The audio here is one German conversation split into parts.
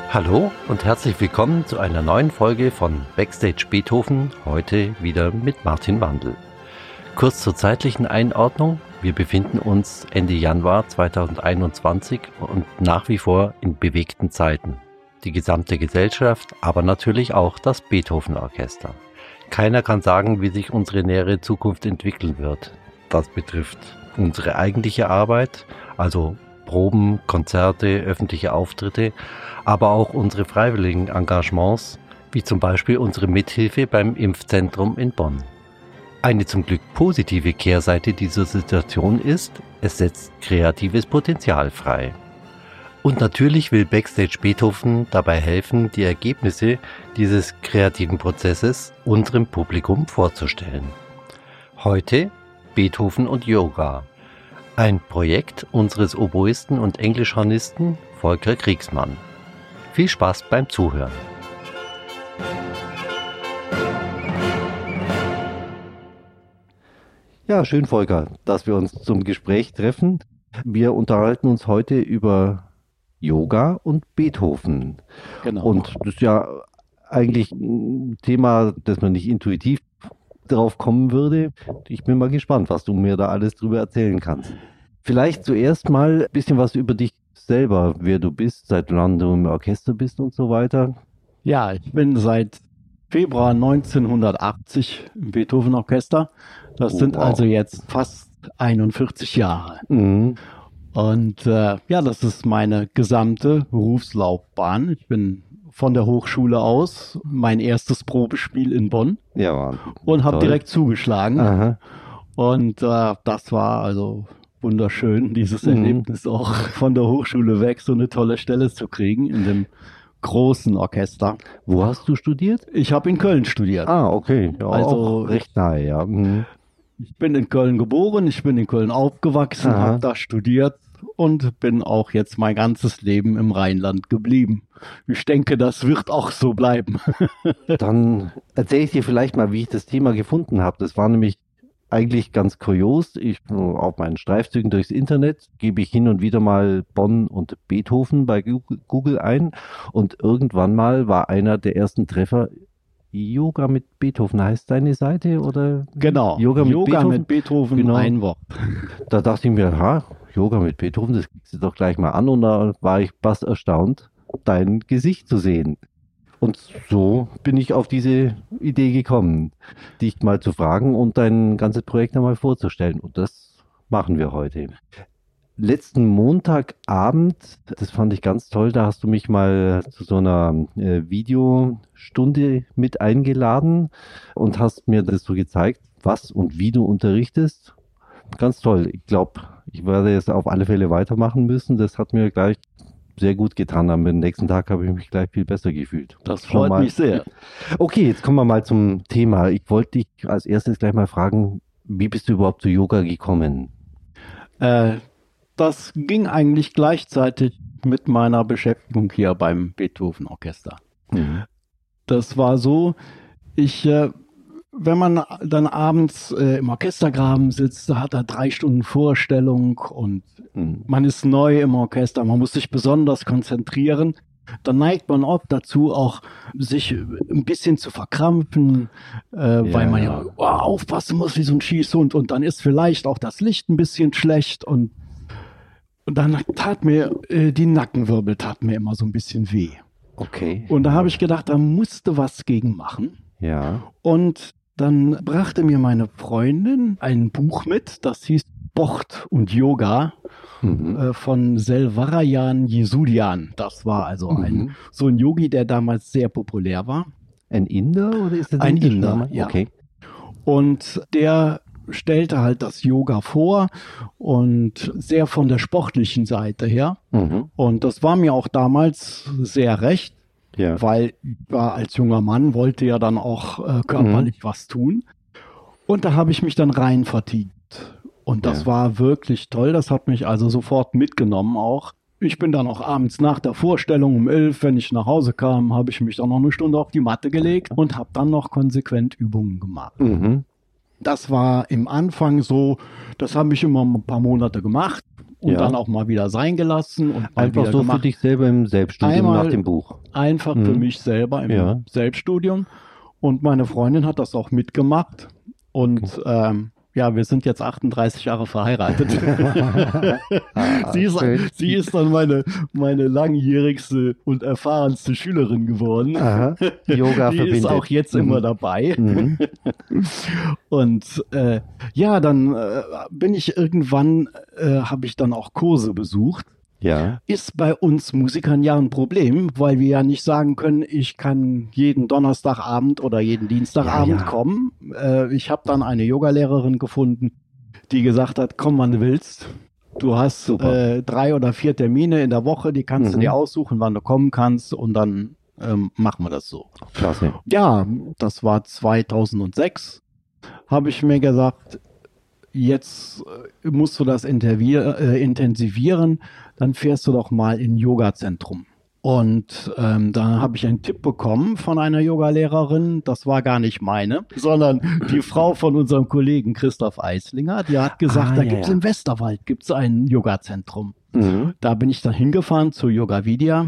Hallo und herzlich willkommen zu einer neuen Folge von Backstage Beethoven, heute wieder mit Martin Wandl. Kurz zur zeitlichen Einordnung: Wir befinden uns Ende Januar 2021 und nach wie vor in bewegten Zeiten. Die gesamte Gesellschaft, aber natürlich auch das Beethoven-Orchester. Keiner kann sagen, wie sich unsere nähere Zukunft entwickeln wird. Das betrifft unsere eigentliche Arbeit, also Proben, Konzerte, öffentliche Auftritte, aber auch unsere freiwilligen Engagements, wie zum Beispiel unsere Mithilfe beim Impfzentrum in Bonn. Eine zum Glück positive Kehrseite dieser Situation ist, es setzt kreatives Potenzial frei. Und natürlich will Backstage Beethoven dabei helfen, die Ergebnisse dieses kreativen Prozesses unserem Publikum vorzustellen. Heute Beethoven und Yoga. Ein Projekt unseres Oboisten und Englischhornisten Volker Kriegsmann. Viel Spaß beim Zuhören. Ja, schön, Volker, dass wir uns zum Gespräch treffen. Wir unterhalten uns heute über Yoga und Beethoven. Genau. Und das ist ja eigentlich ein Thema, das man nicht intuitiv drauf kommen würde. Ich bin mal gespannt, was du mir da alles drüber erzählen kannst. Vielleicht zuerst mal ein bisschen was über dich selber, wer du bist, seit wann du im Orchester bist und so weiter. Ja, ich bin seit Februar 1980 im Beethoven-Orchester. Das sind also jetzt fast 41 Jahre. Mhm. Und das ist meine gesamte Berufslaufbahn. Ich bin von der Hochschule aus mein erstes Probespiel in Bonn und habe direkt zugeschlagen. Aha. Und das war also wunderschön, dieses Erlebnis auch von der Hochschule weg, so eine tolle Stelle zu kriegen in dem großen Orchester. Wo hast du studiert? Ich habe in Köln studiert. Ah, okay. Ja, Also auch recht nahe, ja. Mhm. Ich bin in Köln geboren, ich bin in Köln aufgewachsen, habe da studiert und bin auch jetzt mein ganzes Leben im Rheinland geblieben. Ich denke, das wird auch so bleiben. Dann erzähle ich dir vielleicht mal, wie ich das Thema gefunden habe. Das war nämlich eigentlich ganz kurios. Auf meinen Streifzügen durchs Internet gebe ich hin und wieder mal Bonn und Beethoven bei Google ein und irgendwann mal war einer der ersten Treffer Yoga mit Beethoven. Heißt deine Seite oder? Genau, Yoga mit Beethoven, genau. Ein Wort. Da dachte ich mir, Yoga mit Beethoven, das kriegst du doch gleich mal an, und da war ich fast erstaunt, dein Gesicht zu sehen. Und so bin ich auf diese Idee gekommen, dich mal zu fragen und dein ganzes Projekt einmal vorzustellen. Und das machen wir heute. Letzten Montagabend, das fand ich ganz toll, da hast du mich mal zu so einer Videostunde mit eingeladen und hast mir das so gezeigt, was und wie du unterrichtest. Ganz toll. Ich glaube, ich werde jetzt auf alle Fälle weitermachen müssen. Das hat mir gleich sehr gut getan. Am nächsten Tag habe ich mich gleich viel besser gefühlt. Das freut mich sehr. Okay, jetzt kommen wir mal zum Thema. Ich wollte dich als erstes gleich mal fragen, wie bist du überhaupt zu Yoga gekommen? Das ging eigentlich gleichzeitig mit meiner Beschäftigung hier beim Beethoven-Orchester. Mhm. Das war so, wenn man dann abends im Orchestergraben sitzt, da hat er 3 Stunden Vorstellung und man ist neu im Orchester, man muss sich besonders konzentrieren. Dann neigt man oft dazu, auch sich ein bisschen zu verkrampfen, weil man aufpassen muss wie so ein Schießhund, und dann ist vielleicht auch das Licht ein bisschen schlecht und dann tat mir die Nackenwirbel immer so ein bisschen weh. Okay. Und da habe ich gedacht, da musste was gegen machen. Ja. Und dann brachte mir meine Freundin ein Buch mit, das hieß Sport und Yoga von Selvarjan Jesulian. Das war also so ein Yogi, der damals sehr populär war. Ein Inder oder ist das ein Inder? Ja. Okay. Und der stellte halt das Yoga vor und sehr von der sportlichen Seite her. Und das war mir auch damals sehr recht. Ja. Weil ich war als junger Mann, wollte ja dann auch körperlich was tun. Und da habe ich mich dann rein vertieft. Und das war wirklich toll. Das hat mich also sofort mitgenommen auch. Ich bin dann auch abends nach der Vorstellung um 11, wenn ich nach Hause kam, habe ich mich dann noch eine Stunde auf die Matte gelegt und habe dann noch konsequent Übungen gemacht. Das war im Anfang so, das habe ich immer ein paar Monate gemacht. und dann auch mal wieder sein gelassen. Und einfach wieder so für dich selber im Selbststudium nach dem Buch. Einfach für mich selber im Selbststudium. Und meine Freundin hat das auch mitgemacht. Und wir sind jetzt 38 Jahre verheiratet. Sie ist dann meine langjährigste und erfahrenste Schülerin geworden. Yoga Die verbindet. ist auch jetzt immer dabei. Und dann bin ich irgendwann, habe ich dann auch Kurse besucht. Ja. Ist bei uns Musikern ja ein Problem, weil wir ja nicht sagen können, ich kann jeden Donnerstagabend oder jeden Dienstagabend kommen. Ich habe dann eine Yogalehrerin gefunden, die gesagt hat, komm, wann du willst. Du hast 3 oder 4 Termine in der Woche, die kannst du dir aussuchen, wann du kommen kannst, und dann machen wir das so. Klasse. Ja, das war 2006. Habe ich mir gesagt, jetzt musst du das intensivieren, dann fährst du doch mal in ein Yoga-Zentrum. Und da habe ich einen Tipp bekommen von einer Yogalehrerin, das war gar nicht meine, sondern die Frau von unserem Kollegen Christoph Eislinger, die hat gesagt, gibt's im Westerwald gibt's ein Yoga-Zentrum. Da bin ich dann hingefahren zu Yoga Vidya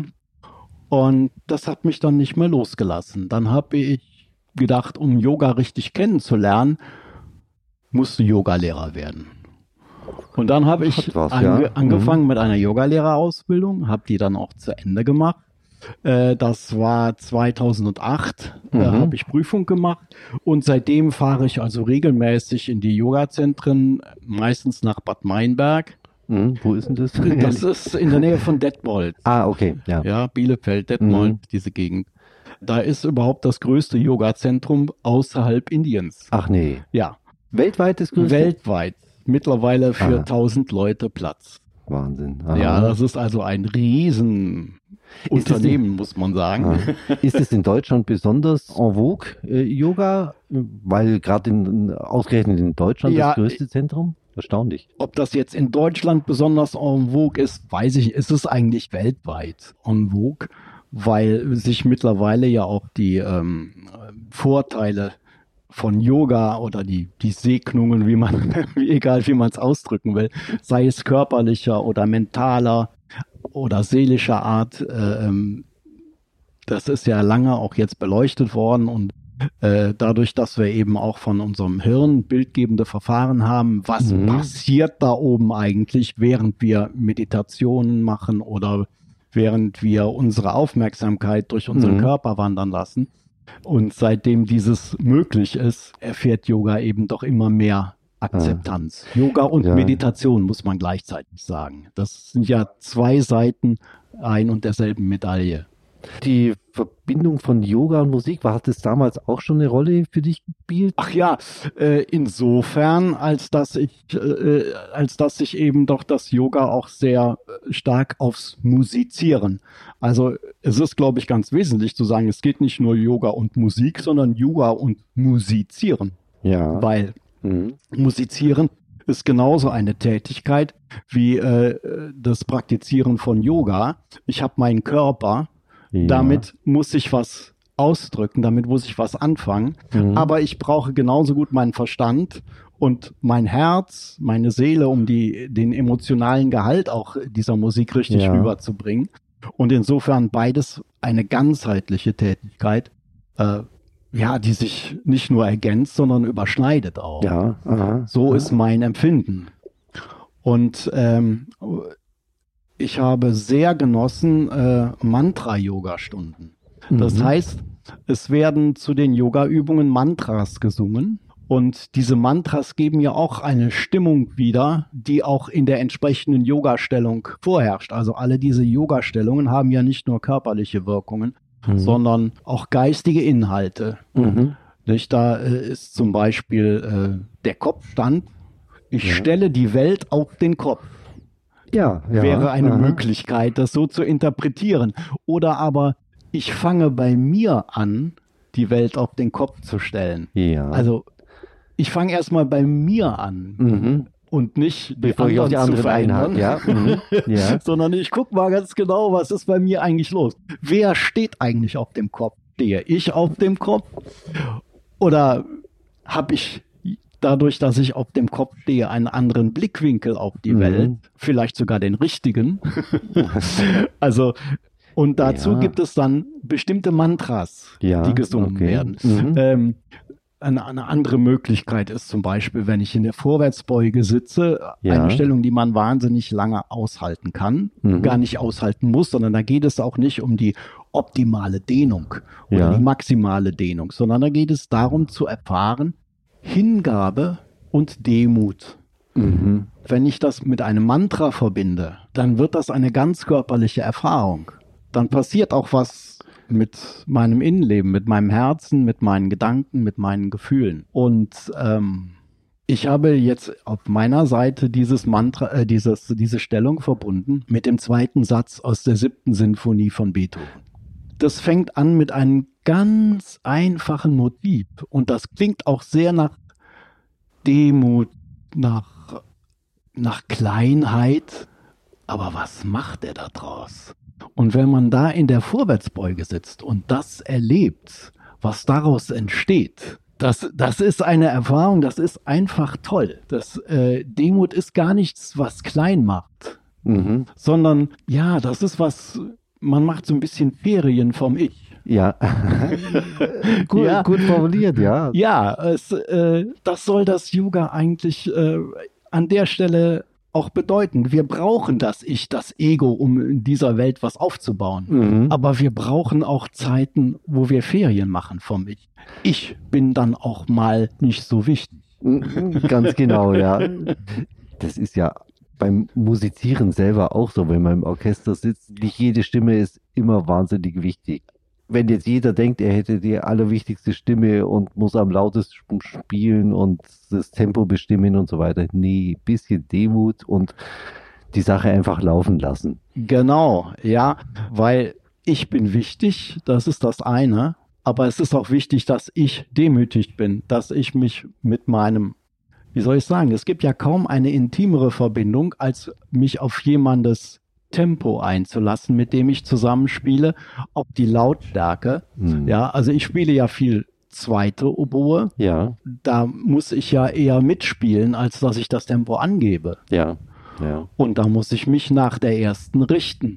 und das hat mich dann nicht mehr losgelassen. Dann habe ich gedacht, um Yoga richtig kennenzulernen, musst du Yogalehrer werden. Und dann habe ich angefangen mit einer Yogalehrerausbildung, habe die dann auch zu Ende gemacht. Das war 2008, habe ich Prüfung gemacht und seitdem fahre ich also regelmäßig in die Yogazentren, meistens nach Bad Meinberg. Wo ist denn das? Das ist in der Nähe von Detmold. Okay. Ja, Bielefeld, Detmold, diese Gegend. Da ist überhaupt das größte Yogazentrum außerhalb Indiens. Ach nee. Ja. Weltweit das größte? Weltweit. Mittlerweile für 1000 Leute Platz. Wahnsinn. Ja, das ist also ein Riesenunternehmen, muss man sagen. Ist es in Deutschland besonders en vogue, Yoga? Weil gerade ausgerechnet in Deutschland das größte Zentrum? Erstaunlich. Ob das jetzt in Deutschland besonders en vogue ist, weiß ich nicht. Es ist eigentlich weltweit en vogue, weil sich mittlerweile ja auch die Vorteile von Yoga oder die Segnungen, egal wie man es ausdrücken will, sei es körperlicher oder mentaler oder seelischer Art, das ist ja lange auch jetzt beleuchtet worden und dadurch, dass wir eben auch von unserem Hirn bildgebende Verfahren haben, was passiert da oben eigentlich, während wir Meditationen machen oder während wir unsere Aufmerksamkeit durch unseren Körper wandern lassen. Und seitdem dieses möglich ist, erfährt Yoga eben doch immer mehr Akzeptanz. Yoga und Meditation muss man gleichzeitig sagen. Das sind ja 2 Seiten ein und derselben Medaille. Die Verbindung von Yoga und Musik, hat das damals auch schon eine Rolle für dich gespielt? Ach ja, insofern, als dass sich eben doch das Yoga auch sehr stark aufs Musizieren. Also es ist, glaube ich, ganz wesentlich zu sagen, es geht nicht nur Yoga und Musik, sondern Yoga und Musizieren. Ja. Weil Musizieren ist genauso eine Tätigkeit wie das Praktizieren von Yoga. Ich habe meinen Körper. Ja. Damit muss ich was ausdrücken, damit muss ich was anfangen. Aber ich brauche genauso gut meinen Verstand und mein Herz, meine Seele, um den emotionalen Gehalt auch dieser Musik richtig rüberzubringen. Und insofern beides eine ganzheitliche Tätigkeit, die sich nicht nur ergänzt, sondern überschneidet auch. Ja, so ist mein Empfinden. Und ich habe sehr genossen Mantra-Yoga-Stunden. Das heißt, es werden zu den Yoga-Übungen Mantras gesungen. Und diese Mantras geben ja auch eine Stimmung wieder, die auch in der entsprechenden Yoga-Stellung vorherrscht. Also alle diese Yoga-Stellungen haben ja nicht nur körperliche Wirkungen, sondern auch geistige Inhalte. Nicht? Da ist zum Beispiel der Kopfstand. Ich stelle die Welt auf den Kopf. Wäre eine Möglichkeit, das so zu interpretieren. Oder aber ich fange bei mir an, die Welt auf den Kopf zu stellen. Ja. Also ich fange erstmal bei mir an und nicht bevor ich auf die anderen einhalte, sondern ich gucke mal ganz genau, was ist bei mir eigentlich los. Wer steht eigentlich auf dem Kopf? Stehe ich auf dem Kopf? Oder habe ich dadurch, dass ich auf dem Kopf stehe, einen anderen Blickwinkel auf die Welt, vielleicht sogar den richtigen. Also, und dazu gibt es dann bestimmte Mantras, die gesungen werden. Eine andere Möglichkeit ist zum Beispiel, wenn ich in der Vorwärtsbeuge sitze, eine Stellung, die man wahnsinnig lange aushalten kann, gar nicht aushalten muss, sondern da geht es auch nicht um die optimale Dehnung oder die maximale Dehnung, sondern da geht es darum zu erfahren, Hingabe und Demut. Wenn ich das mit einem Mantra verbinde, dann wird das eine ganz körperliche Erfahrung. Dann passiert auch was mit meinem Innenleben, mit meinem Herzen, mit meinen Gedanken, mit meinen Gefühlen. Und ich habe jetzt auf meiner Seite dieses Mantra, diese Stellung verbunden mit dem zweiten Satz aus der 7. Sinfonie von Beethoven. Das fängt an mit einem ganz einfachen Motiv und das klingt auch sehr nach Demut, nach Kleinheit. Aber was macht er da draus? Und wenn man da in der Vorwärtsbeuge sitzt und das erlebt, was daraus entsteht, das ist eine Erfahrung, das ist einfach toll. Demut ist gar nichts, was klein macht, sondern ja, das ist was, man macht so ein bisschen Ferien vom Ich. Ja, gut formuliert, ja. Ja, das soll das Yoga eigentlich an der Stelle auch bedeuten. Wir brauchen das Ich, das Ego, um in dieser Welt was aufzubauen. Aber wir brauchen auch Zeiten, wo wir Ferien machen vom Ich. Ich bin dann auch mal nicht so wichtig. Ganz genau, ja. Das ist ja beim Musizieren selber auch so, wenn man im Orchester sitzt. Nicht jede Stimme ist immer wahnsinnig wichtig. Wenn jetzt jeder denkt, er hätte die allerwichtigste Stimme und muss am lautesten spielen und das Tempo bestimmen und so weiter. Nee, bisschen Demut und die Sache einfach laufen lassen. Genau, ja, weil ich bin wichtig, das ist das eine, aber es ist auch wichtig, dass ich demütig bin, dass ich mich mit meinem, wie soll ich sagen, es gibt ja kaum eine intimere Verbindung, als mich auf jemandes Tempo einzulassen, mit dem ich zusammenspiele, auf die Lautstärke. Ja, also ich spiele ja viel zweite Oboe. Ja. Da muss ich ja eher mitspielen, als dass ich das Tempo angebe. Ja. Und da muss ich mich nach der ersten richten.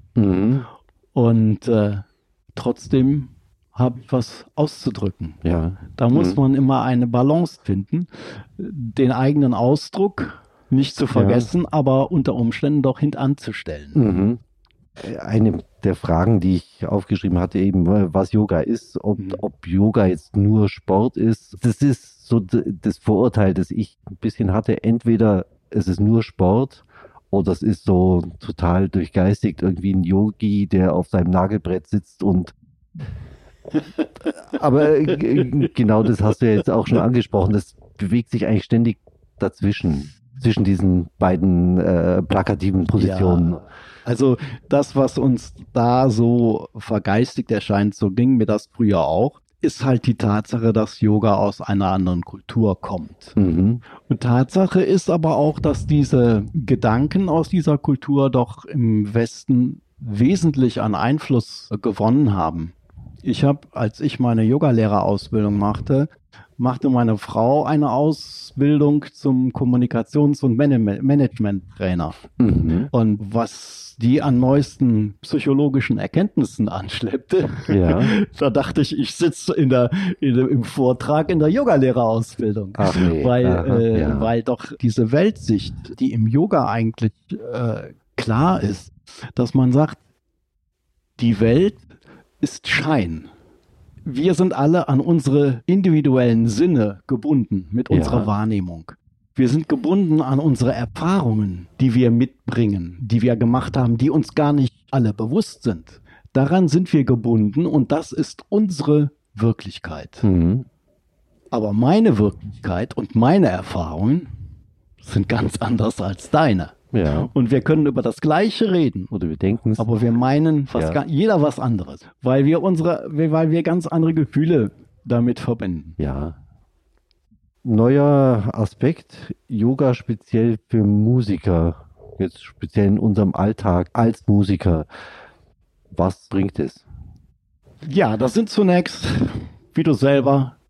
Und trotzdem habe ich was auszudrücken. Ja. Da muss man immer eine Balance finden, den eigenen Ausdruck nicht zu vergessen, aber unter Umständen doch hintanzustellen. Eine der Fragen, die ich aufgeschrieben hatte, eben, was Yoga ist, ob Yoga jetzt nur Sport ist. Das ist so das Vorurteil, das ich ein bisschen hatte. Entweder es ist nur Sport oder es ist so total durchgeistigt, irgendwie ein Yogi, der auf seinem Nagelbrett sitzt und aber genau das hast du ja jetzt auch schon angesprochen. Das bewegt sich eigentlich ständig dazwischen. Zwischen diesen beiden plakativen Positionen. Ja, also das, was uns da so vergeistigt erscheint, so ging mir das früher auch, ist halt die Tatsache, dass Yoga aus einer anderen Kultur kommt. Und Tatsache ist aber auch, dass diese Gedanken aus dieser Kultur doch im Westen wesentlich an Einfluss gewonnen haben. Als ich meine Yogalehrerausbildung machte meine Frau eine Ausbildung zum Kommunikations- und Management-Trainer. Und was die an neuesten psychologischen Erkenntnissen anschleppte, da dachte ich sitze im Vortrag in der Yogalehrerausbildung. Ach nee. Weil doch diese Weltsicht, die im Yoga eigentlich klar ist, dass man sagt, die Welt ist Schein. Wir sind alle an unsere individuellen Sinne gebunden mit unserer Wahrnehmung. Wir sind gebunden an unsere Erfahrungen, die wir mitbringen, die wir gemacht haben, die uns gar nicht alle bewusst sind. Daran sind wir gebunden und das ist unsere Wirklichkeit. Aber meine Wirklichkeit und meine Erfahrungen sind ganz anders als deine. Ja. Und wir können über das Gleiche reden. Oder wir denken es. Aber wir meinen jeder was anderes, weil wir ganz andere Gefühle damit verbinden. Ja. Neuer Aspekt, Yoga speziell für Musiker, jetzt speziell in unserem Alltag als Musiker. Was bringt es? Ja, das sind zunächst, wie du selber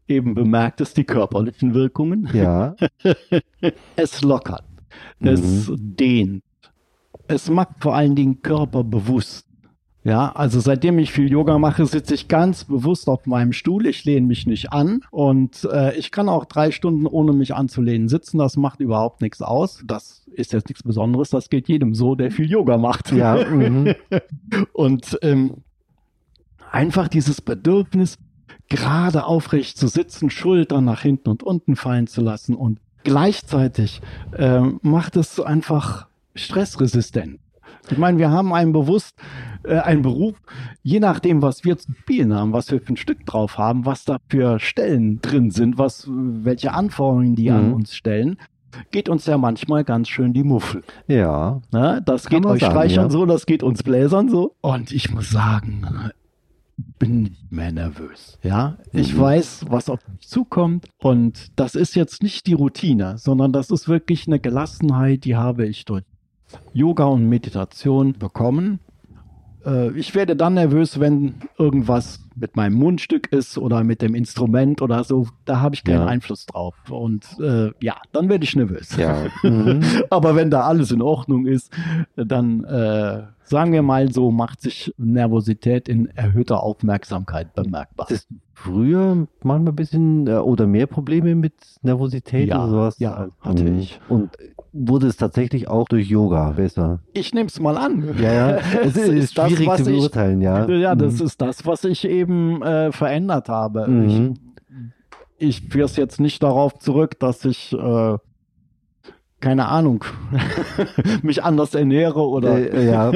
eben bemerktest, die körperlichen Wirkungen. Ja. Es lockert, es dehnt, es macht vor allen Dingen Körper bewusst. Ja, also seitdem ich viel Yoga mache, sitze ich ganz bewusst auf meinem Stuhl. Ich lehne mich nicht an und ich kann auch 3 Stunden ohne mich anzulehnen sitzen. Das macht überhaupt nichts aus. Das ist jetzt nichts Besonderes. Das geht jedem so, der viel Yoga macht. Ja. Und einfach dieses Bedürfnis, gerade aufrecht zu sitzen, Schultern nach hinten und unten fallen zu lassen und gleichzeitig macht es einfach stressresistent. Ich meine, wir haben einen Beruf, je nachdem, was wir zu spielen haben, was wir für ein Stück drauf haben, was da für Stellen drin sind, welche Anforderungen die an uns stellen, geht uns ja manchmal ganz schön die Muffel. Ja. Na, das geht euch Streichern so, das geht uns Bläsern so. Und ich muss sagen, bin nicht mehr nervös. Ja, ich weiß, was auf mich zukommt und das ist jetzt nicht die Routine, sondern das ist wirklich eine Gelassenheit, die habe ich durch Yoga und Meditation bekommen. Ich werde dann nervös, wenn irgendwas mit meinem Mundstück ist oder mit dem Instrument oder so. Da habe ich keinen Einfluss drauf. Und dann werde ich nervös. Ja. Aber wenn da alles in Ordnung ist, dann sagen wir mal so, macht sich Nervosität in erhöhter Aufmerksamkeit bemerkbar. Hattest du früher manchmal ein bisschen oder mehr Probleme mit Nervosität oder sowas? Ja, hatte ich. Und wurde es tatsächlich auch durch Yoga besser? Ich nehme es mal an. Ja, es ist schwierig zu beurteilen, ja. Ja, das ist das, was ich eben verändert habe. Ich führe es jetzt nicht darauf zurück, dass ich keine Ahnung, mich anders ernähre oder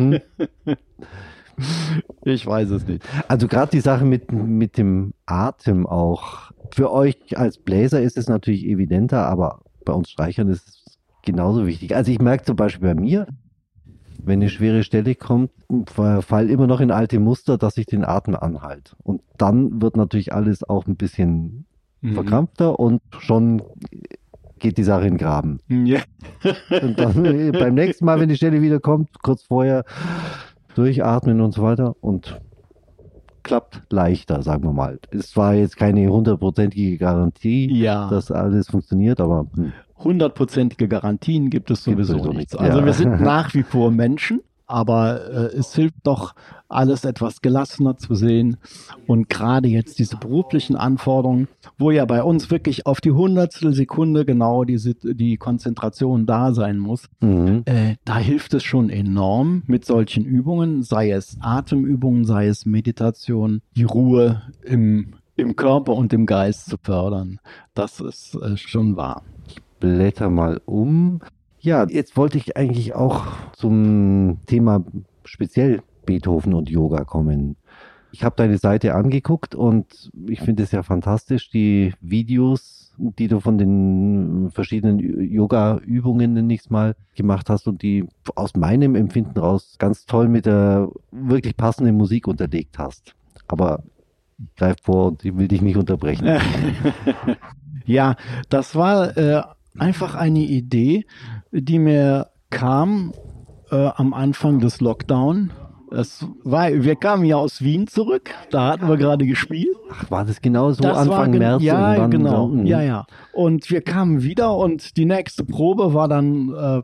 ich weiß es nicht. Also gerade die Sache mit dem Atem auch. Für euch als Bläser ist es natürlich evidenter, aber bei uns Streichern ist es genauso wichtig. Also ich merke zum Beispiel bei mir, wenn eine schwere Stelle kommt, fall immer noch in alte Muster, dass ich den Atem anhalte. Und dann wird natürlich alles auch ein bisschen verkrampfter und schon geht die Sache in den Graben. Ja. Und dann beim nächsten Mal, wenn die Stelle wieder kommt, kurz vorher durchatmen und so weiter und klappt leichter, sagen wir mal. Es war jetzt keine 100%ige Garantie, dass alles funktioniert, aber 100%ige Garantien gibt es sowieso nichts. Also wir sind nach wie vor Menschen, aber es hilft doch, alles etwas gelassener zu sehen. Und gerade jetzt diese beruflichen Anforderungen, wo ja bei uns wirklich auf die Hundertstelsekunde genau die Konzentration da sein muss, da hilft es schon enorm mit solchen Übungen, sei es Atemübungen, sei es Meditation, die Ruhe im Körper und im Geist zu fördern. Das ist schon wahr. Blätter mal um. Ja, jetzt wollte ich eigentlich auch zum Thema speziell Beethoven und Yoga kommen. Ich habe deine Seite angeguckt und ich finde es ja fantastisch, die Videos, die du von den verschiedenen Yoga-Übungen nächstes Mal gemacht hast und die aus meinem Empfinden raus ganz toll mit der wirklich passenden Musik unterlegt hast. Aber ich greife vor und ich will dich nicht unterbrechen. Ja, das war einfach eine Idee, die mir kam am Anfang des Lockdown. Wir kamen ja aus Wien zurück, da hatten wir gerade gespielt. Ach, war das genau so Anfang März? Ja, genau. So, ja. Und wir kamen wieder und die nächste Probe war dann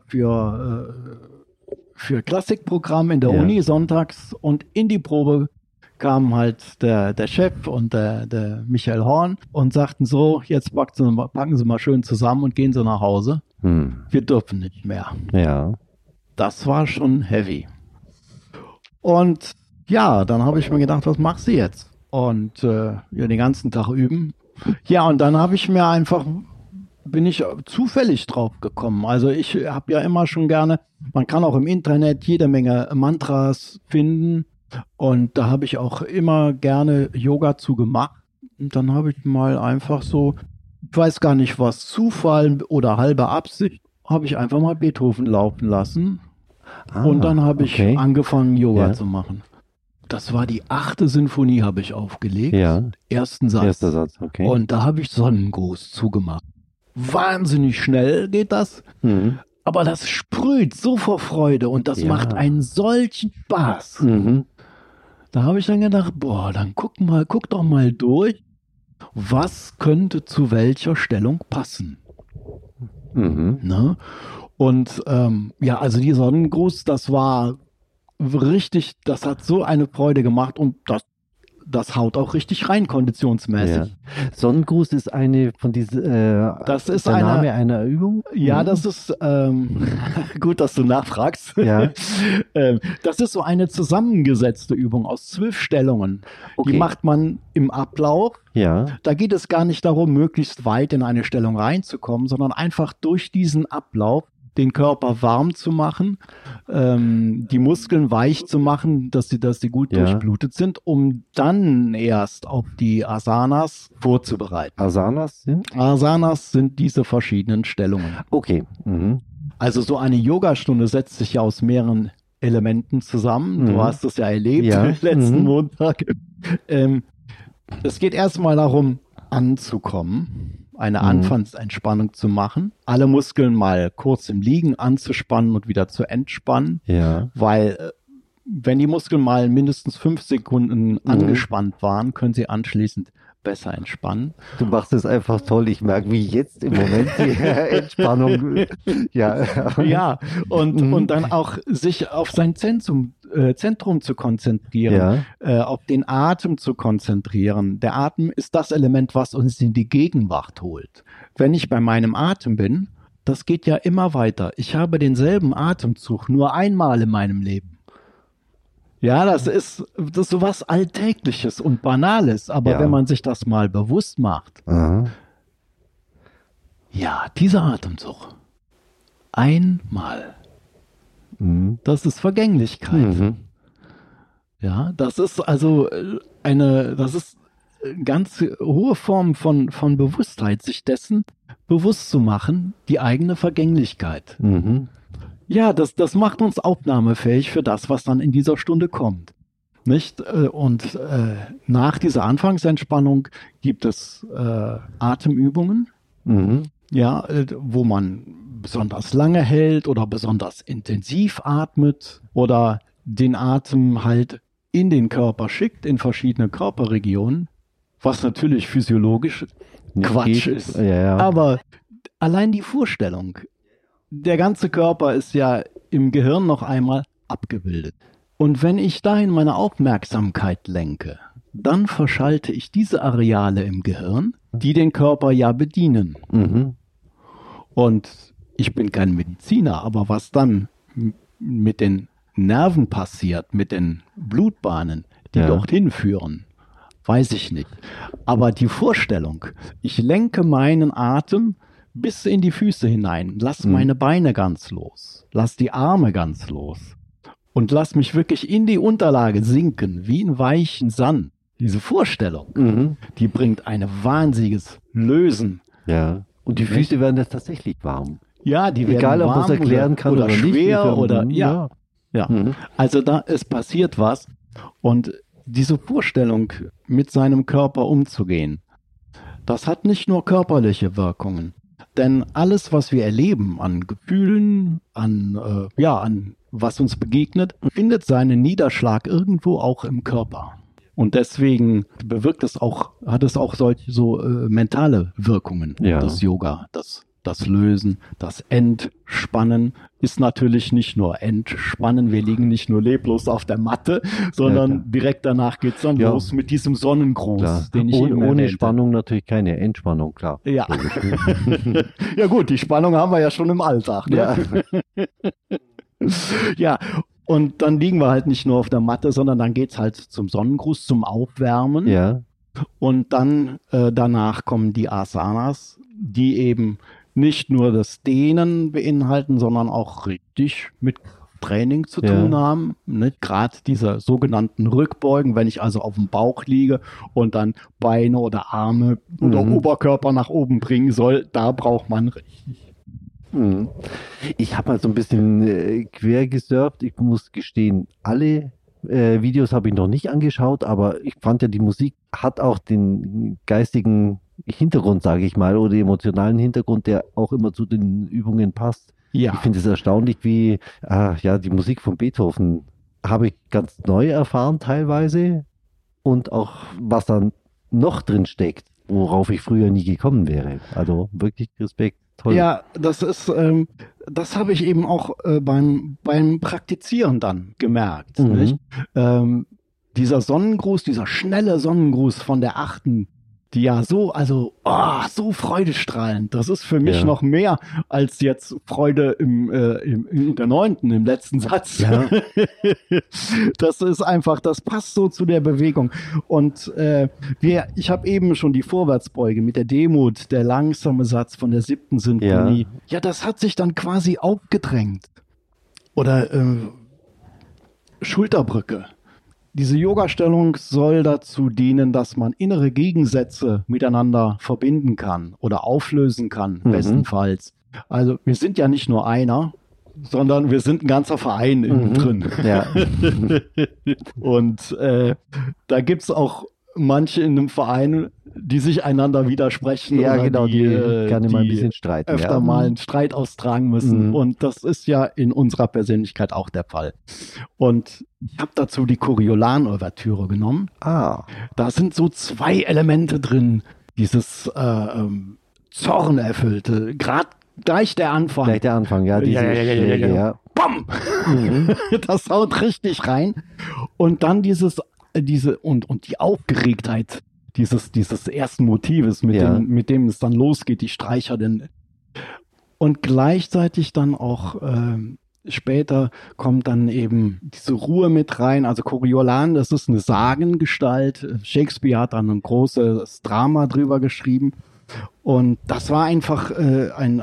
für Klassikprogramm in der Uni sonntags und in die Probe kam halt der Chef und der Michael Horn und sagten so, jetzt packen Sie mal schön zusammen und gehen Sie nach Hause. Wir dürfen nicht mehr. Ja. Das war schon heavy. Und ja, dann habe ich mir gedacht, was machst du jetzt? Und den ganzen Tag üben. Ja, und dann bin ich zufällig drauf gekommen. Also ich habe ja immer schon gerne, man kann auch im Internet jede Menge Mantras finden. Und da habe ich auch immer gerne Yoga zu gemacht. Und dann habe ich mal einfach so, ich weiß gar nicht was, Zufall oder halbe Absicht, habe ich einfach mal Beethoven laufen lassen. Und dann habe ich angefangen, Yoga zu machen. Das war die 8. Sinfonie, habe ich aufgelegt. Ja. Ersten Satz. Erster Satz, okay. Und da habe ich Sonnengruß zugemacht. Wahnsinnig schnell geht das. Aber das sprüht so vor Freude und das macht einen solchen Spaß. Da habe ich dann gedacht, dann guck doch mal durch. was könnte zu welcher Stellung passen. Mhm. Ne? Und also die Sonnengruß, das war richtig, das hat so eine Freude gemacht und das haut auch richtig rein, konditionsmäßig. Ja. Sonnengruß ist eine von diesen, Das ist der Name einer Übung? Ja, das ist gut, dass du nachfragst. Ja. Das ist so eine zusammengesetzte Übung aus 12 Stellungen. Okay. Die macht man im Ablauf. Ja. Da geht es gar nicht darum, möglichst weit in eine Stellung reinzukommen, sondern einfach durch diesen Ablauf den Körper warm zu machen, die Muskeln weich zu machen, dass sie gut durchblutet sind, um dann erst auf die Asanas vorzubereiten. Asanas sind? Asanas sind diese verschiedenen Stellungen. Okay. Mhm. Also so eine Yogastunde setzt sich ja aus mehreren Elementen zusammen. Du hast es ja erlebt letzten Montag. Es geht erstmal darum, anzukommen, eine Anfangsentspannung zu machen, alle Muskeln mal kurz im Liegen anzuspannen und wieder zu entspannen, weil wenn die Muskeln mal mindestens 5 Sekunden angespannt waren, können sie anschließend besser entspannen. Du machst es einfach toll. Ich merke, wie jetzt im Moment die Entspannung. Ja, und dann auch sich auf sein Zentrum zu konzentrieren, auf den Atem zu konzentrieren. Der Atem ist das Element, was uns in die Gegenwart holt. Wenn ich bei meinem Atem bin, das geht ja immer weiter. Ich habe denselben Atemzug nur einmal in meinem Leben. Ja, das ist so was Alltägliches und Banales, aber wenn man sich das mal bewusst macht, dieser Atemzug, einmal, das ist Vergänglichkeit. Ja, das ist also eine ganz hohe Form von Bewusstheit, sich dessen bewusst zu machen, die eigene Vergänglichkeit. Ja, das macht uns aufnahmefähig für das, was dann in dieser Stunde kommt. Nicht? Und nach dieser Anfangsentspannung gibt es Atemübungen, wo man besonders lange hält oder besonders intensiv atmet oder den Atem halt in den Körper schickt, in verschiedene Körperregionen, was natürlich physiologisch Quatsch ist. Aber allein die Vorstellung, der ganze Körper ist ja im Gehirn noch einmal abgebildet. Und wenn ich dahin meine Aufmerksamkeit lenke, dann verschalte ich diese Areale im Gehirn, die den Körper ja bedienen. Und ich bin kein Mediziner, aber was dann mit den Nerven passiert, mit den Blutbahnen, die dorthin führen, weiß ich nicht. Aber die Vorstellung, ich lenke meinen Atem bis in die Füße hinein, lass meine Beine ganz los, lass die Arme ganz los und lass mich wirklich in die Unterlage sinken, wie in weichen Sand. Diese Vorstellung, die bringt ein wahnsinniges Lösen. Ja, und die Füße werden jetzt tatsächlich warm. Ja, die werden egal, warm, ob man es erklären kann oder schwer nicht. Oder Also es passiert was und diese Vorstellung, mit seinem Körper umzugehen, das hat nicht nur körperliche Wirkungen. Denn alles, was wir erleben an Gefühlen, an was uns begegnet, findet seinen Niederschlag irgendwo auch im Körper. Und deswegen hat es auch solche mentale Wirkungen, das Yoga, das Lösen, das Entspannen ist natürlich nicht nur Entspannen, wir liegen nicht nur leblos auf der Matte, sondern direkt danach geht's dann los mit diesem Sonnengruß, den ich eben ohne Spannung natürlich keine Entspannung, klar. Ja. Ja gut, die Spannung haben wir ja schon im Alltag. Ne? Ja, und dann liegen wir halt nicht nur auf der Matte, sondern dann geht's halt zum Sonnengruß, zum Aufwärmen. Ja. Und dann danach kommen die Asanas, die eben nicht nur das Dehnen beinhalten, sondern auch richtig mit Training zu tun haben. Gerade diese sogenannten Rückbeugen, wenn ich also auf dem Bauch liege und dann Beine oder Arme oder Oberkörper nach oben bringen soll, da braucht man richtig. Ich habe mal so ein bisschen quer gesurft. Ich muss gestehen, alle Videos habe ich noch nicht angeschaut, aber ich fand ja, die Musik hat auch den geistigen Hintergrund, sage ich mal, oder emotionalen Hintergrund, der auch immer zu den Übungen passt. Ja. Ich finde es erstaunlich, wie die Musik von Beethoven habe ich ganz neu erfahren teilweise und auch was dann noch drin steckt. worauf ich früher nie gekommen wäre. Also wirklich Respekt, toll. Ja, das habe ich eben auch beim Praktizieren dann gemerkt. Nicht? Dieser Sonnengruß, dieser schnelle Sonnengruß von der 8., die ja so so freudestrahlend. Das ist für mich noch mehr als jetzt Freude in der 9., im letzten Satz. Ja. Das ist einfach, das passt so zu der Bewegung. Und ich habe eben schon die Vorwärtsbeuge mit der Demut, der langsame Satz von der 7. Sinfonie. Ja, das hat sich dann quasi aufgedrängt. Oder Schulterbrücke. Diese Yoga-Stellung soll dazu dienen, dass man innere Gegensätze miteinander verbinden kann oder auflösen kann, bestenfalls. Also wir sind ja nicht nur einer, sondern wir sind ein ganzer Verein innen drin. Ja. Und da gibt's auch manche in einem Verein, die sich einander widersprechen. Ja, oder genau, die gerne mal ein bisschen streiten. Öfter mal einen Streit austragen müssen. Und das ist ja in unserer Persönlichkeit auch der Fall. Und ich habe dazu die Coriolan-Ouvertüre genommen. Da sind so 2 Elemente drin. Dieses Zornerfüllte, gleich der Anfang. Gleich der Anfang, ja. Ja. Bam! Das haut richtig rein. Und dann die Aufgeregtheit dieses ersten Motives, mit dem es dann losgeht, die Streicher. Und gleichzeitig dann auch später kommt dann eben diese Ruhe mit rein. Also Coriolan, das ist eine Sagengestalt. Shakespeare hat dann ein großes Drama drüber geschrieben. Und das war einfach ein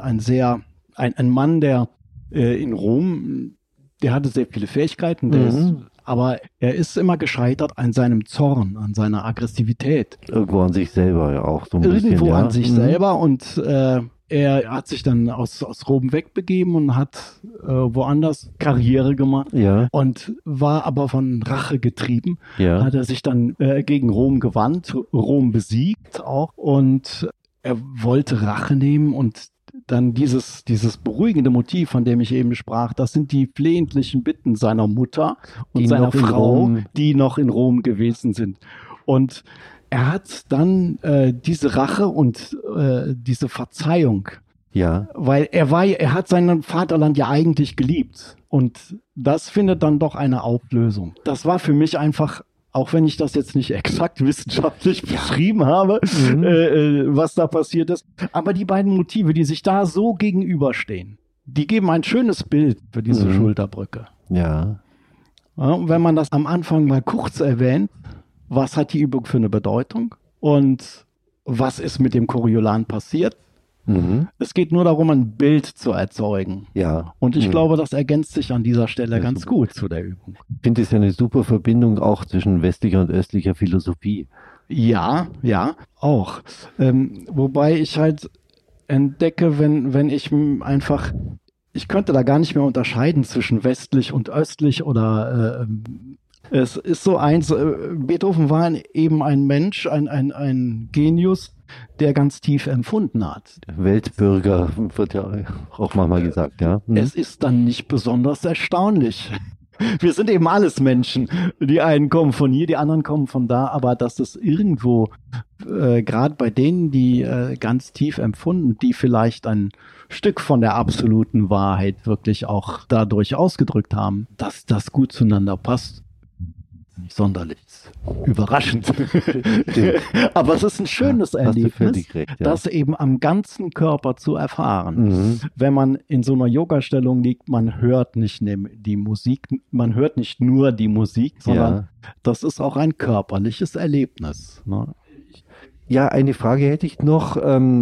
Mann, der in Rom, der hatte sehr viele Fähigkeiten, aber er ist immer gescheitert an seinem Zorn, an seiner Aggressivität. Irgendwo an sich selber ja auch so ein bisschen. Irgendwo an sich selber, und er hat sich dann aus Rom wegbegeben und hat woanders Karriere gemacht und war aber von Rache getrieben. Hat er sich dann gegen Rom gewandt, Rom besiegt auch, und er wollte Rache nehmen. Und dann dieses beruhigende Motiv, von dem ich eben sprach, das sind die flehentlichen Bitten seiner Mutter und seiner Frau, die noch in Rom gewesen sind. Und er hat dann diese Rache und diese Verzeihung, weil er hat sein Vaterland ja eigentlich geliebt. Und das findet dann doch eine Auflösung. Das war für mich einfach, auch wenn ich das jetzt nicht exakt wissenschaftlich beschrieben habe, was da passiert ist. Aber die beiden Motive, die sich da so gegenüberstehen, die geben ein schönes Bild für diese Schulterbrücke. Ja. Und wenn man das am Anfang mal kurz erwähnt, was hat die Übung für eine Bedeutung und was ist mit dem Coriolan passiert? Es geht nur darum, ein Bild zu erzeugen. Ja. Und ich glaube, das ergänzt sich an dieser Stelle ganz gut zu der Übung. Ich finde es ja eine super Verbindung auch zwischen westlicher und östlicher Philosophie. Ja, auch. Wobei ich halt entdecke, wenn ich einfach, ich könnte da gar nicht mehr unterscheiden zwischen westlich und östlich oder es ist so eins, Beethoven war eben ein Mensch, ein Genius, der ganz tief empfunden hat. Weltbürger wird ja auch manchmal gesagt, ja. Es ist dann nicht besonders erstaunlich. Wir sind eben alles Menschen. Die einen kommen von hier, die anderen kommen von da, aber dass es irgendwo, gerade bei denen, die ganz tief empfunden, die vielleicht ein Stück von der absoluten Wahrheit wirklich auch dadurch ausgedrückt haben, dass das gut zueinander passt. Nicht sonderlich überraschend. Aber es ist ein schönes Erlebnis, das eben am ganzen Körper zu erfahren. Wenn man in so einer Yoga-Stellung liegt, man hört nicht die Musik, man hört nicht nur die Musik, sondern das ist auch ein körperliches Erlebnis. Ne? Ja, eine Frage hätte ich noch.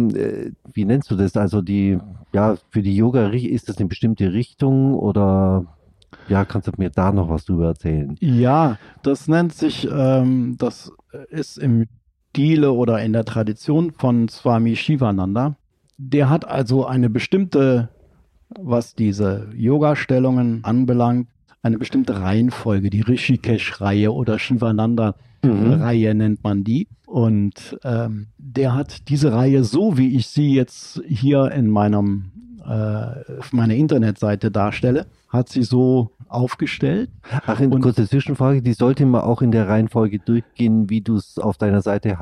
Wie nennst du das? Also für die Yoga ist das eine bestimmte Richtung oder? Ja, kannst du mir da noch was drüber erzählen? Ja, das nennt sich, das ist im Stile oder in der Tradition von Swami Shivananda. Der hat also eine bestimmte, was diese Yoga-Stellungen anbelangt, eine bestimmte Reihenfolge, die Rishikesh-Reihe oder Shivananda-Reihe nennt man die. Und der hat diese Reihe, so wie ich sie jetzt hier in auf meiner Internetseite darstelle, hat sie so aufgestellt. Ach, eine kurze Zwischenfrage, die sollte man auch in der Reihenfolge durchgehen, wie du es auf deiner Seite hast.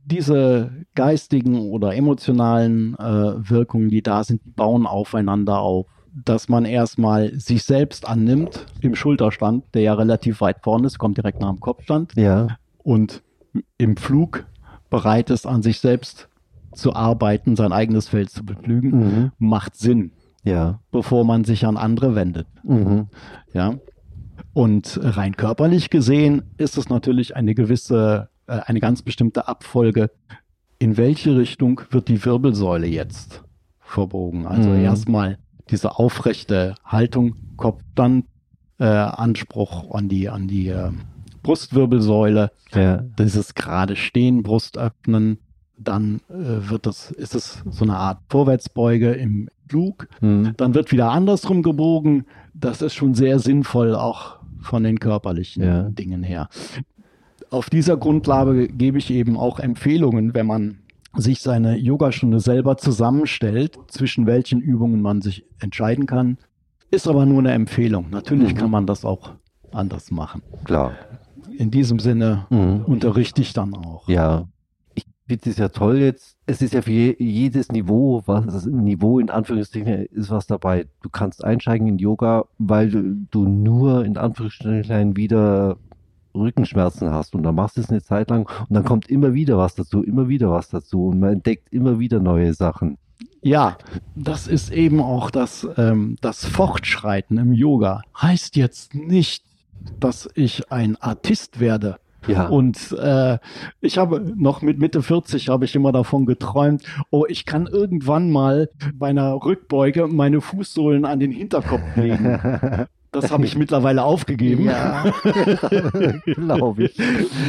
diese geistigen oder emotionalen Wirkungen, die da sind, die bauen aufeinander auf. Dass man erstmal sich selbst annimmt im Schulterstand, der ja relativ weit vorne ist, kommt direkt nach dem Kopfstand. Ja. Und im Flug bereit ist, an sich selbst zu arbeiten, sein eigenes Feld zu bepflügen, macht Sinn. Ja. Bevor man sich an andere wendet. Ja. Und rein körperlich gesehen ist es natürlich eine ganz bestimmte Abfolge. In welche Richtung wird die Wirbelsäule jetzt verbogen? Also erstmal diese aufrechte Haltung, Kopfstand, Anspruch an die Brustwirbelsäule, dieses gerade Stehen, Brust öffnen, dann ist es so eine Art Vorwärtsbeuge im Flug, dann wird wieder andersrum gebogen. Das ist schon sehr sinnvoll, auch von den körperlichen Dingen her. Auf dieser Grundlage gebe ich eben auch Empfehlungen, wenn man sich seine Yogastunde selber zusammenstellt, zwischen welchen Übungen man sich entscheiden kann. Ist aber nur eine Empfehlung. Natürlich kann man das auch anders machen. Klar. In diesem Sinne unterrichte ich dann auch. Ja. Ich finde es ja toll jetzt. Es ist ja für jedes Niveau, das Niveau in Anführungsstrichen ist was dabei. Du kannst einsteigen in Yoga, weil du nur in Anführungsstrichen wieder Rückenschmerzen hast und dann machst du es eine Zeit lang und dann kommt immer wieder was dazu und man entdeckt immer wieder neue Sachen. Ja, das ist eben auch das Fortschreiten im Yoga. Heißt jetzt nicht, dass ich ein Artist werde. Ja. Und ich habe noch mit Mitte 40 habe ich immer davon geträumt, ich kann irgendwann mal bei einer Rückbeuge meine Fußsohlen an den Hinterkopf legen. Das habe ich mittlerweile aufgegeben. Ja, glaube ich.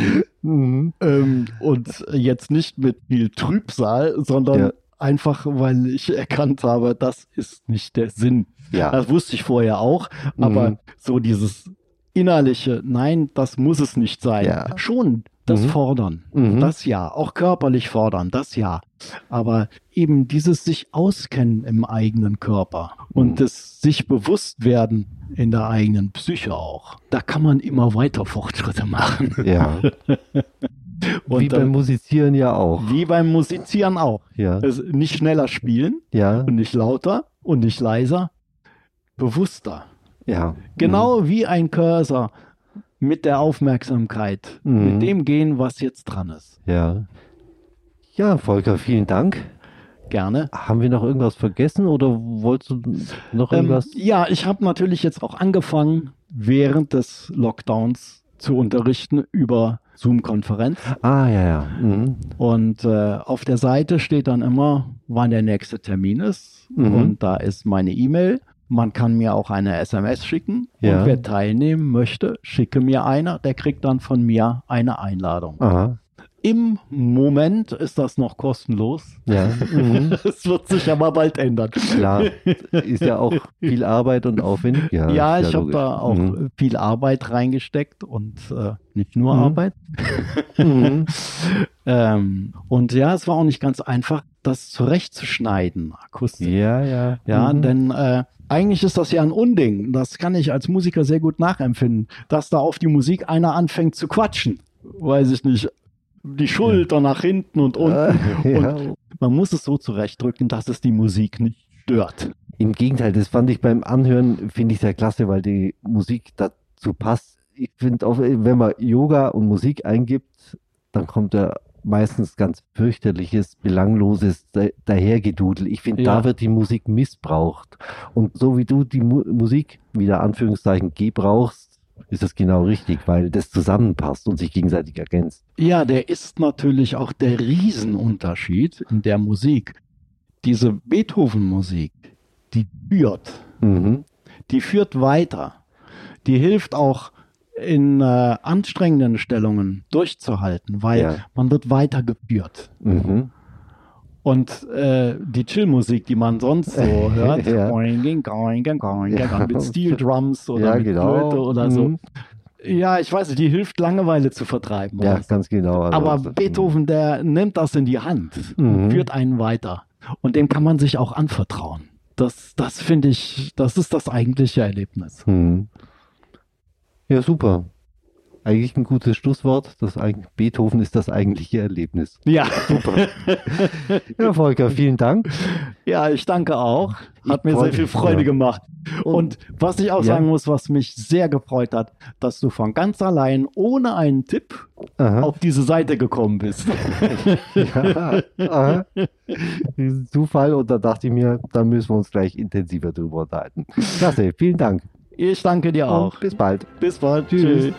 Und jetzt nicht mit viel Trübsal, sondern einfach, weil ich erkannt habe, das ist nicht der Sinn. Ja. Das wusste ich vorher auch, aber so dieses innerliche, nein, das muss es nicht sein. Ja. Schon das Fordern, das ja, auch körperlich fordern, das ja. Aber eben dieses sich auskennen im eigenen Körper und das sich bewusst werden in der eigenen Psyche auch. Da kann man immer weiter Fortschritte machen. Ja. Und wie beim Musizieren ja auch. Wie beim Musizieren auch. Ja. Also nicht schneller spielen und nicht lauter und nicht leiser, bewusster. Ja. Genau wie ein Cursor mit der Aufmerksamkeit, mit dem gehen, was jetzt dran ist. Ja. Ja, Volker, vielen Dank. Gerne. Haben wir noch irgendwas vergessen oder wolltest du noch irgendwas? Ja, ich habe natürlich jetzt auch angefangen, während des Lockdowns zu unterrichten über Zoom-Konferenz. Ja. Und auf der Seite steht dann immer, wann der nächste Termin ist. Und da ist meine E-Mail. Man kann mir auch eine SMS schicken. Und wer teilnehmen möchte, schicke mir einer. Der kriegt dann von mir eine Einladung. Aha. Im Moment ist das noch kostenlos. Ja. Es wird sich aber bald ändern. Klar, ist ja auch viel Arbeit und aufwendig. Ja, ich habe da auch viel Arbeit reingesteckt und nicht nur Arbeit. Und ja, es war auch nicht ganz einfach, das zurechtzuschneiden, akustisch. Ja. Denn eigentlich ist das ja ein Unding. Das kann ich als Musiker sehr gut nachempfinden, dass da auf die Musik einer anfängt zu quatschen. Weiß ich nicht. Die Schulter nach hinten und unten. Und man muss es so zurechtdrücken, dass es die Musik nicht stört. Im Gegenteil, das fand ich beim Anhören, finde ich sehr klasse, weil die Musik dazu passt. Ich finde auch, wenn man Yoga und Musik eingibt, dann kommt da meistens ganz fürchterliches, belangloses Dahergedudel. Ich finde, da wird die Musik missbraucht. Und so wie du die Musik, wieder Anführungszeichen, gebrauchst, ist das genau richtig, weil das zusammenpasst und sich gegenseitig ergänzt. Ja, der ist natürlich auch der Riesenunterschied in der Musik. Diese Beethoven-Musik, die führt. Die führt weiter. Die hilft auch in anstrengenden Stellungen durchzuhalten, weil man wird weiter geführt. Und die Chill-Musik, die man sonst so hört, mit Steel Drums oder mit Flöte oder so. Ja, ich weiß nicht, die hilft Langeweile zu vertreiben. Ja, ganz genau. Also, aber Beethoven, der nimmt das in die Hand und führt einen weiter. Und dem kann man sich auch anvertrauen. Das finde ich, das ist das eigentliche Erlebnis. Ja, super. eigentlich ein gutes Schlusswort. Beethoven ist das eigentliche Erlebnis. Ja. Super. Ja, Volker, vielen Dank. Ja, ich danke auch. Hat mir sehr viel Freude gemacht. Und was ich auch sagen muss, was mich sehr gefreut hat, dass du von ganz allein, ohne einen Tipp, auf diese Seite gekommen bist. Ja, diesen Zufall, und da dachte ich mir, da müssen wir uns gleich intensiver drüber unterhalten. Klasse, vielen Dank. Ich danke dir auch. Und bis bald. Bis bald. Tschüss.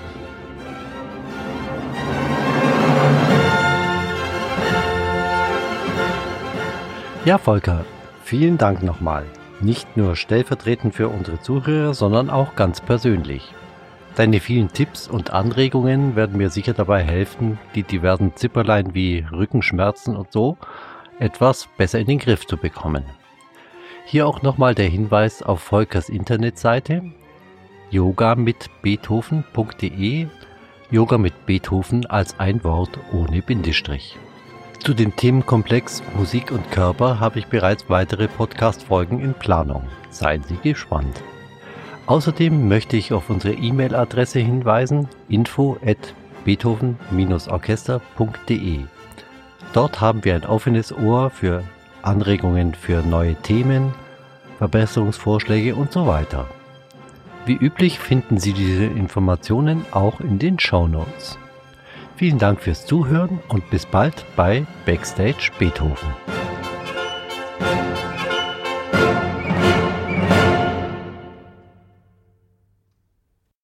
Ja, Volker, vielen Dank nochmal. Nicht nur stellvertretend für unsere Zuhörer, sondern auch ganz persönlich. Deine vielen Tipps und Anregungen werden mir sicher dabei helfen, die diversen Zipperlein wie Rückenschmerzen und so etwas besser in den Griff zu bekommen. Hier auch nochmal der Hinweis auf Volkers Internetseite yogamitbeethoven.de, Yoga mit Beethoven als ein Wort ohne Bindestrich. Zu dem Themenkomplex Musik und Körper habe ich bereits weitere Podcast-Folgen in Planung. Seien Sie gespannt. Außerdem möchte ich auf unsere E-Mail-Adresse hinweisen, info@beethoven-orchester.de. Dort haben wir ein offenes Ohr für Anregungen für neue Themen, Verbesserungsvorschläge und so weiter. Wie üblich finden Sie diese Informationen auch in den Shownotes. Vielen Dank fürs Zuhören und bis bald bei Backstage Beethoven.